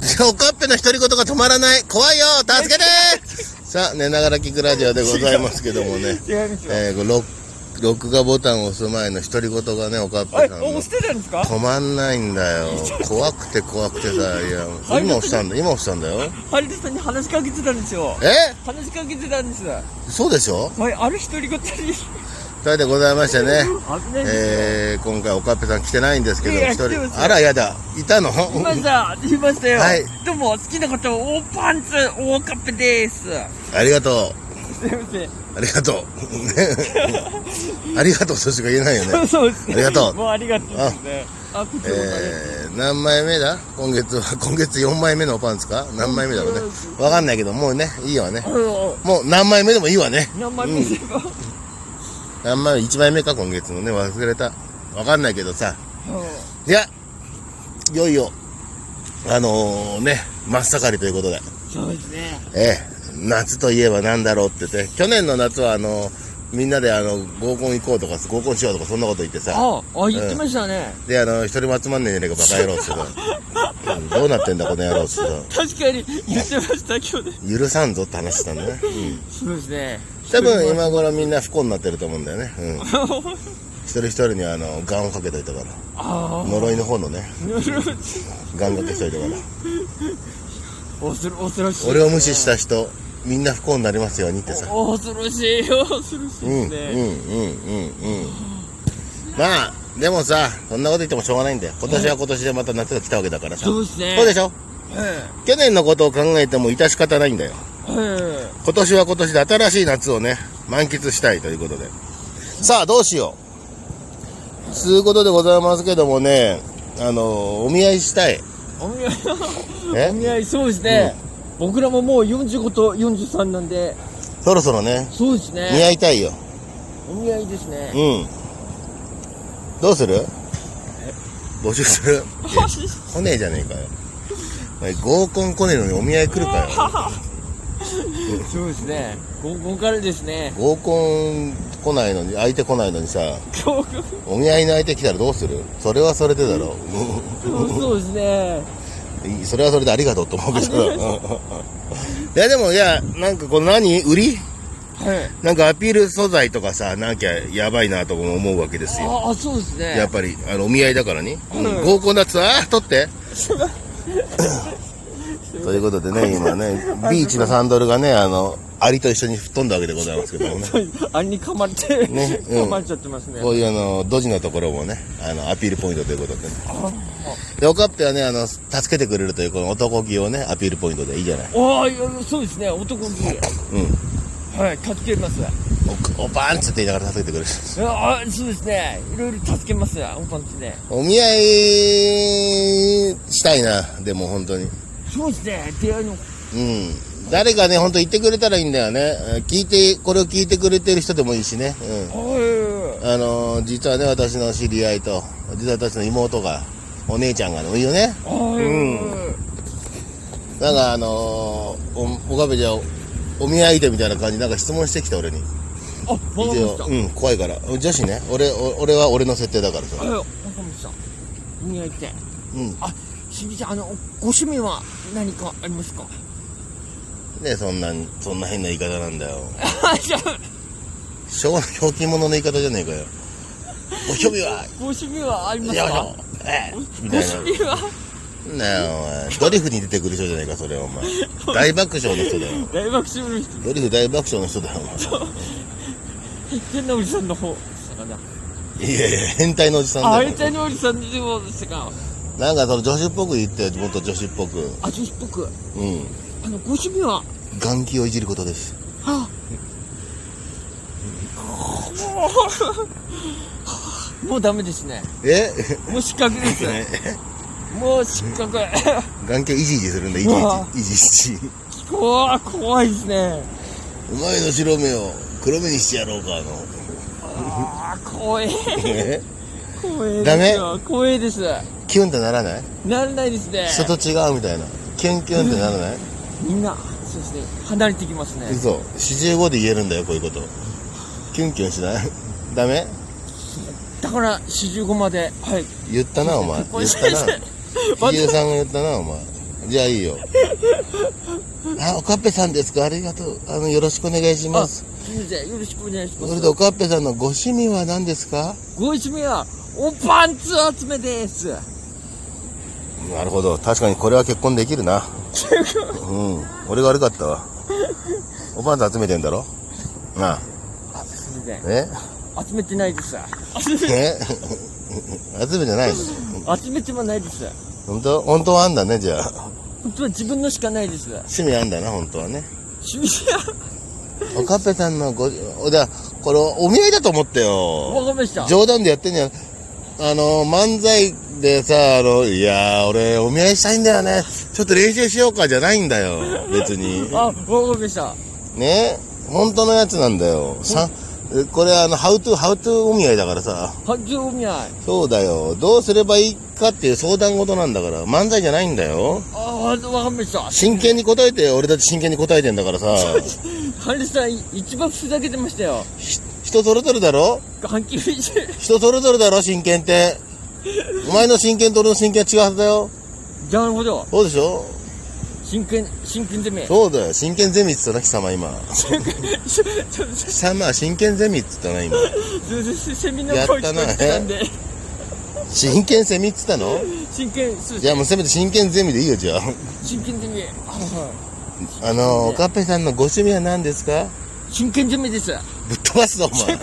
おかっぺの独り言が止まらない。怖いよ、助けてさあ、寝ながら聞くラジオでございますけどもね。録画ボタンを押す前の独り言がね、おかっぺさんの。 押してたんですか？ 止まんないんだよ。怖くてさ、いや、今押したんだよ。 ハリルさんに話しかけてたんですよ。話しかけてたんです。 そうでしょ？ はい、ある独り言に。 それでございましてね。今回おかっぺさん来てないんですけど、一人。あら、やだ。いたの？ いましたよ。 はい。 どうも、好きなこと大パンツ、大かっぺです。 ありがとう。 すいません。 ありがとう。ありがとうとしか言えないよね。 そうですね。 ありがとう。 もうありがとうですね。 何枚目だ？今月4枚目のパンツか？何枚目だろうね。わかんないけど、もうね、いいわね。もう何枚目でもいいわね。 何枚目ですか？ 何枚目？ 1 枚目か、今月のね。忘れた。わかんないけどさ。いや、いよいよ、ね、真っ盛りということで。 そうですね。 夏といえば何だろうって言って、去年の夏はみんなで合コン行こうとか、合コンしようとか、そんなこと言ってさ。 言ってましたね。 で、一人も集まんねえじゃねえか、バカ野郎ってさ。どうなってんだ、この野郎ってさ。 確かに言ってました、今日ね。 許さんぞって話したんだね。 そうですね。 多分今頃みんな不幸になってると思うんだよね。一人一人にガンをかけといたから。呪いの方のね。ガンかけしといたから。 恐ろしい。 俺を無視した人、みんな不幸になりますようにってさ。 恐ろしいですね。 まあ、でもさ、そんなこと言ってもしょうがないんだよ。今年は今年でまた夏が来たわけだからさ。 そうですね。 そうでしょ？去年のことを考えても致し方ないんだよ。今年は今年で新しい夏をね、満喫したいということで。さあ、どうしよう。そういうことでございますけどもね、お見合いしたい。 お見合い、そうですね。僕らももう45と43なんで。 そろそろね。 そうですね。 見合いたいよ。 お見合いですね。 どうする？募集する？来ねえじゃねえかよ。合コン来ねえのにお見合い来るかよ。 そうですね。合コンからですね。 合コン来ないのに、相手来ないのにさ、お見合いの相手来たらどうする？それはそれでだろう。 そうですね。 それはそれでありがとうと思うけど。いやでも、なんかこの売り？なんかアピール素材とかさ、なきゃやばいなと思うわけですよ。 そうですね。 やっぱり、お見合いだからね。合コンだっつ取って。ということでね、今ね、ビーチのサンドルがね、アリと一緒に吹っ飛んだわけでございますけどもね。 アリに噛まれて、ね、噛まれちゃってますね。 こういうドジのところもね、アピールポイントということでね。で、おかっぺはね、助けてくれるという、この男気をね、アピールポイントでいいじゃない。 そうですね、男気。はい、助けます。 おパンツって言いながら助けてくれる。 そうですね、いろいろ助けます、おパンツで。 お見合いしたいな、でも本当に。 そうですね、出会いの。 誰かね、本当言ってくれたらいいんだよね。これを聞いてくれてる人でもいいしね。実はね、私の知り合いと、実は私の妹が、お姉ちゃんがいいよね。なんかおかべじゃお見合いでみたいな感じなんか質問してきた俺に。怖いから。女子ね。俺は俺の設定だからさ。 わかりました。お見合いって。しみちゃん、ご趣味は何かありますか？ ね、そんな変な言い方なんだよ。昭和のひょうきん者の言い方じゃねえかよ。ご趣味はありますか？みたいな。ご趣味はねえ、お前。ドリフに出てくる人じゃねえか、それはお前。大爆笑の人だよ。 大爆笑の人。 ドリフ大爆笑の人だよ、お前。 変なおじさんの方でしたかね。 いや、変態のおじさんだよ。 変態のおじさんでもでしたか。 なんか女子っぽく言って、もっと女子っぽく。 女子っぽく。ご趣味は眼気をいじることです。 もうダメですね。もう失格です。もう失格。 眼気をいじいじするんだ、いじ。 怖いですね。 お前の白目を黒目にしてやろうか、 怖い。 ダメ？ 怖いです。 キュンってならない？ ならないですね。 人と違うみたいな。キュンキュンってならない？ みんな、そうですね。離れてきますね。 嘘。45で言えるんだよ、こういうこと。キュンキュンしない？ダメ？ だから45まで、 言ったな、お前。言ったな。ヒゲさんが言ったな、お前。 じゃあいいよ。あ、おかっぺさんですか？ありがとう。よろしくお願いします。 すみません、よろしくお願いします。 それでおかっぺさんのご趣味は何ですか？ ご趣味は、おパンツ集めです。 なるほど。確かにこれは結婚できるな。うん。俺が悪かったわ。おパンツ集めてんだろ？なあ。 あ、すみません。集めてないです。 集めてないの？集めてもないです。 本当はあんだね、じゃあ。 本当は自分のしかないです。 趣味あんだな、本当はね。 趣味や。 おかっぺさんのこれ、お見合いだと思ったよ。 わかりました。 冗談でやってんじゃん。漫才でさ、いやー、俺、お見合いしたいんだよね。ちょっと練習しようかじゃないんだよ。別に。 あ、わかりました。 ね、本当のやつなんだよ。これハウトゥーお見合いだからさ。 ハウトゥーお見合い。 そうだよ。どうすればいいかっていう相談事なんだから。漫才じゃないんだよ。 ああ、わかりました。 真剣に答えて、俺たち真剣に答えてんだからさ。 ハリさん、一番ふざけてましたよ。 人それぞれだろ？ はっきりして。 人それぞれだろ、真剣って。お前の真剣と俺の真剣は違うはずだよ。 なるほど。 そうでしょ？ 真剣ゼミ。 そうだよ。真剣ゼミっつったな、貴様今。貴様、真剣ゼミっつったな、今。 セミの声聞こえてたんで。 真剣セミっつったの？ 真剣、そうです。 じゃあもうせめて真剣ゼミでいいよ、じゃあ。 真剣ゼミ。 おかっぺさんのご趣味は何ですか？ 真剣ゼミです。 ぶっ飛ばすぞ、お前。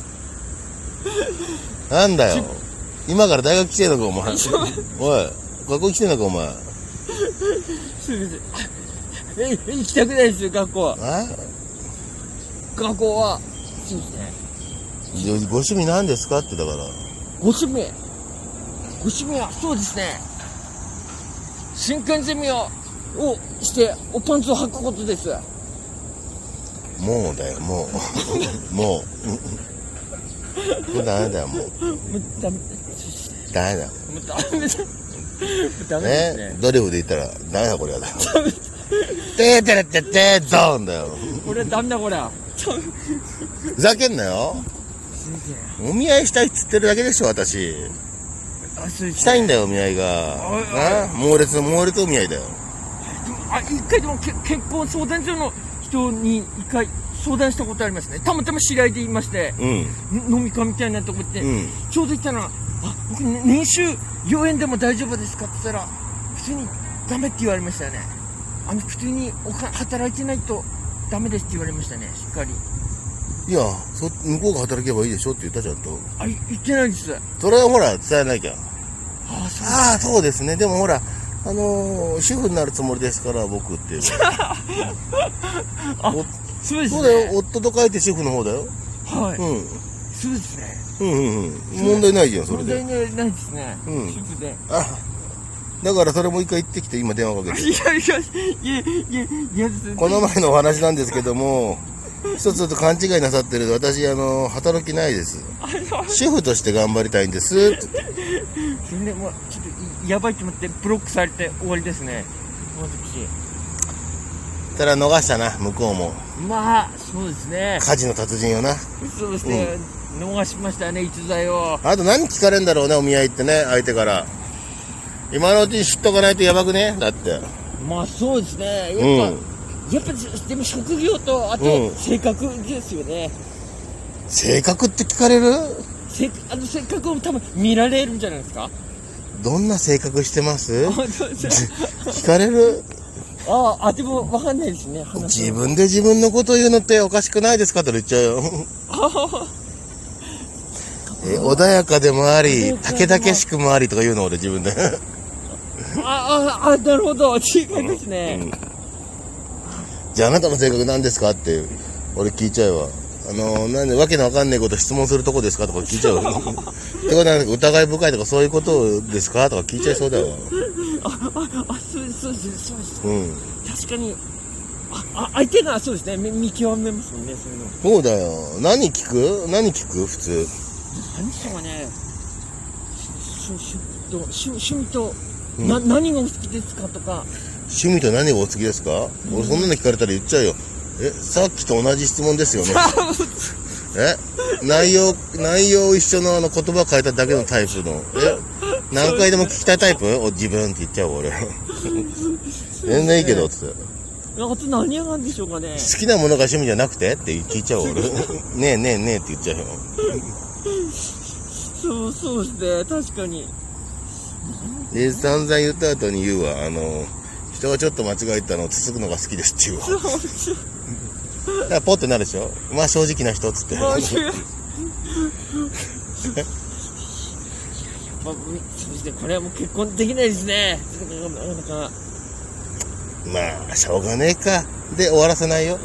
なんだよ。今から大学来てんのか、お前。おい、学校来てんのか、お前。 すみません。行きたくないですよ、学校は。学校は、そうですね。 ご趣味何ですかってだから。 ご趣味は、そうですね。真剣ゼミをして、おパンツを履くことです。 もうだよ、もう。もうダメだよ、もう。 ダメだよ。 もうダメですね。 ドリフで言ったら、ダメだこれはだよ。てーてれってってーゾーンだよ。 これダメだこれ。 ふざけんなよ。お見合いしたいっつってるだけでしょ、私。したいんだよ、お見合いが。猛烈お見合いだよ。 一回でも結婚相談所の人に一回相談したことありますね。たまたま知り合いで言いまして、飲み会みたいなとこ行って、ちょうど行ったら、僕年収4円でも大丈夫ですかって言ったら、普通にダメって言われましたよね。普通に働いてないとダメですって言われましたね、しっかり。 いや、向こうが働けばいいでしょって言ったじゃんと。 言ってないです。 それはほら、伝えなきゃ。そうですね。でもほら、主婦になるつもりですから、僕って。 そうですね。 そうだよ。夫と書いて主婦の方だよ。 はい。そうですね。 問題ないじゃん、それで。 問題ないですね。主婦で。 だからそれもう一回言ってきて、今電話かけて。 いや、 この前のお話なんですけども、一つと勘違いなさってる。私、働きないです。主婦として頑張りたいんです。 それでもう、ちょっと、やばいと思って、ブロックされて終わりですね。私。 ただ逃したな、向こうも。 まあ、そうですね。 家事の達人よな。 そうですね。逃しましたね、逸材を。 あと何聞かれんだろうね、お見合いってね、相手から。今のうちに知っとかないとやばくねだって。 まあ、そうですね。やっぱでも職業と、あと、性格ですよね。 性格って聞かれる？ 性格を多分見られるんじゃないですか。 どんな性格してます聞かれる？ でも分かんないですね。 自分で自分のことを言うのっておかしくないですかと言っちゃうよ。穏やかでもあり、たけだけしくもありとか言うの俺自分で。 なるほど。違いますね。 じゃああなたの性格何ですかって俺聞いちゃうわ。なんでわけのわかんないこと質問するとこですかとか聞いちゃうわ。ってことは疑い深いとかそういうことですかとか聞いちゃいそうだわ。 そうです。確かに。相手がそうですね。見極めますもんね、そういうの。 そうだよ。何聞く普通。 何でしょうかね。趣味と、何がお好きですかとか。 趣味と何がお好きですか？俺そんなの聞かれたら言っちゃうよ。さっきと同じ質問ですよね。内容一緒の言葉変えただけのタイプの。何回でも聞きたいタイプ？自分って言っちゃう俺。 全然いいけど、つって。 あと何やがんでしょうかね。 好きなものが趣味じゃなくてって聞いちゃう俺。ねえねえねえって言っちゃうよ。 そうですね、確かに。 で、散々言った後に言うわ、人がちょっと間違えたのをつつくのが好きですって言うわ。だからポッてなるでしょ。まあ正直な人っつって。そうですね、これはもう結婚できないですね。なんかまあしょうがねえかで終わらせないよ。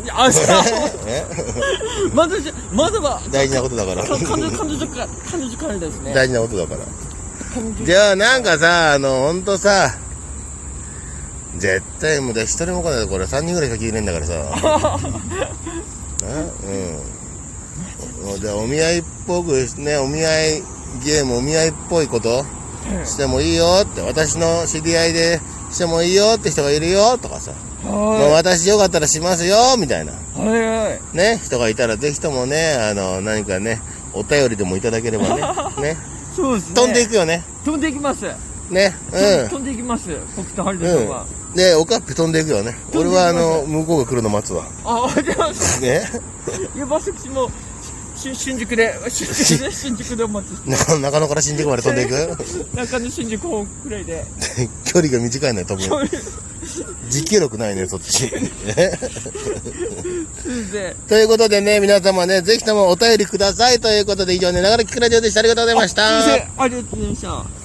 まだは大事なことだから。 彼女からですね。 大事なことだから。じゃあなんかさ、ほんとさ、絶対もう一人も来ないで、これ3人ぐらいしか聞いてないんだからさ。じゃあお見合いっぽくね、お見合いゲーム、お見合いっぽいことしてもいいよって、私の知り合いでしてもいいよって人がいるよとかさ、まあ、私よかったらしますよみたいな、ね、人がいたらぜひともね、何かね、お便りでもいただければね、ね、 そうですね、 飛んでいくよね。 飛んでいきますね、 飛んでいきます、僕とハリドさんは。 で、おかっぺ飛んでいくよね。俺は向こうが来るの待つわ。 じゃあね、 いや、私も新宿でお待ちして。 中野から新宿まで飛んでいく。 中野新宿方くらいで。 距離が短いね、飛ぶ。持久力ないね、そっち。ということでね、皆様ね、ぜひともお便りくださいということで、以上ね、ながら聞くラジオでした。ありがとうございました。 ありがとうございました。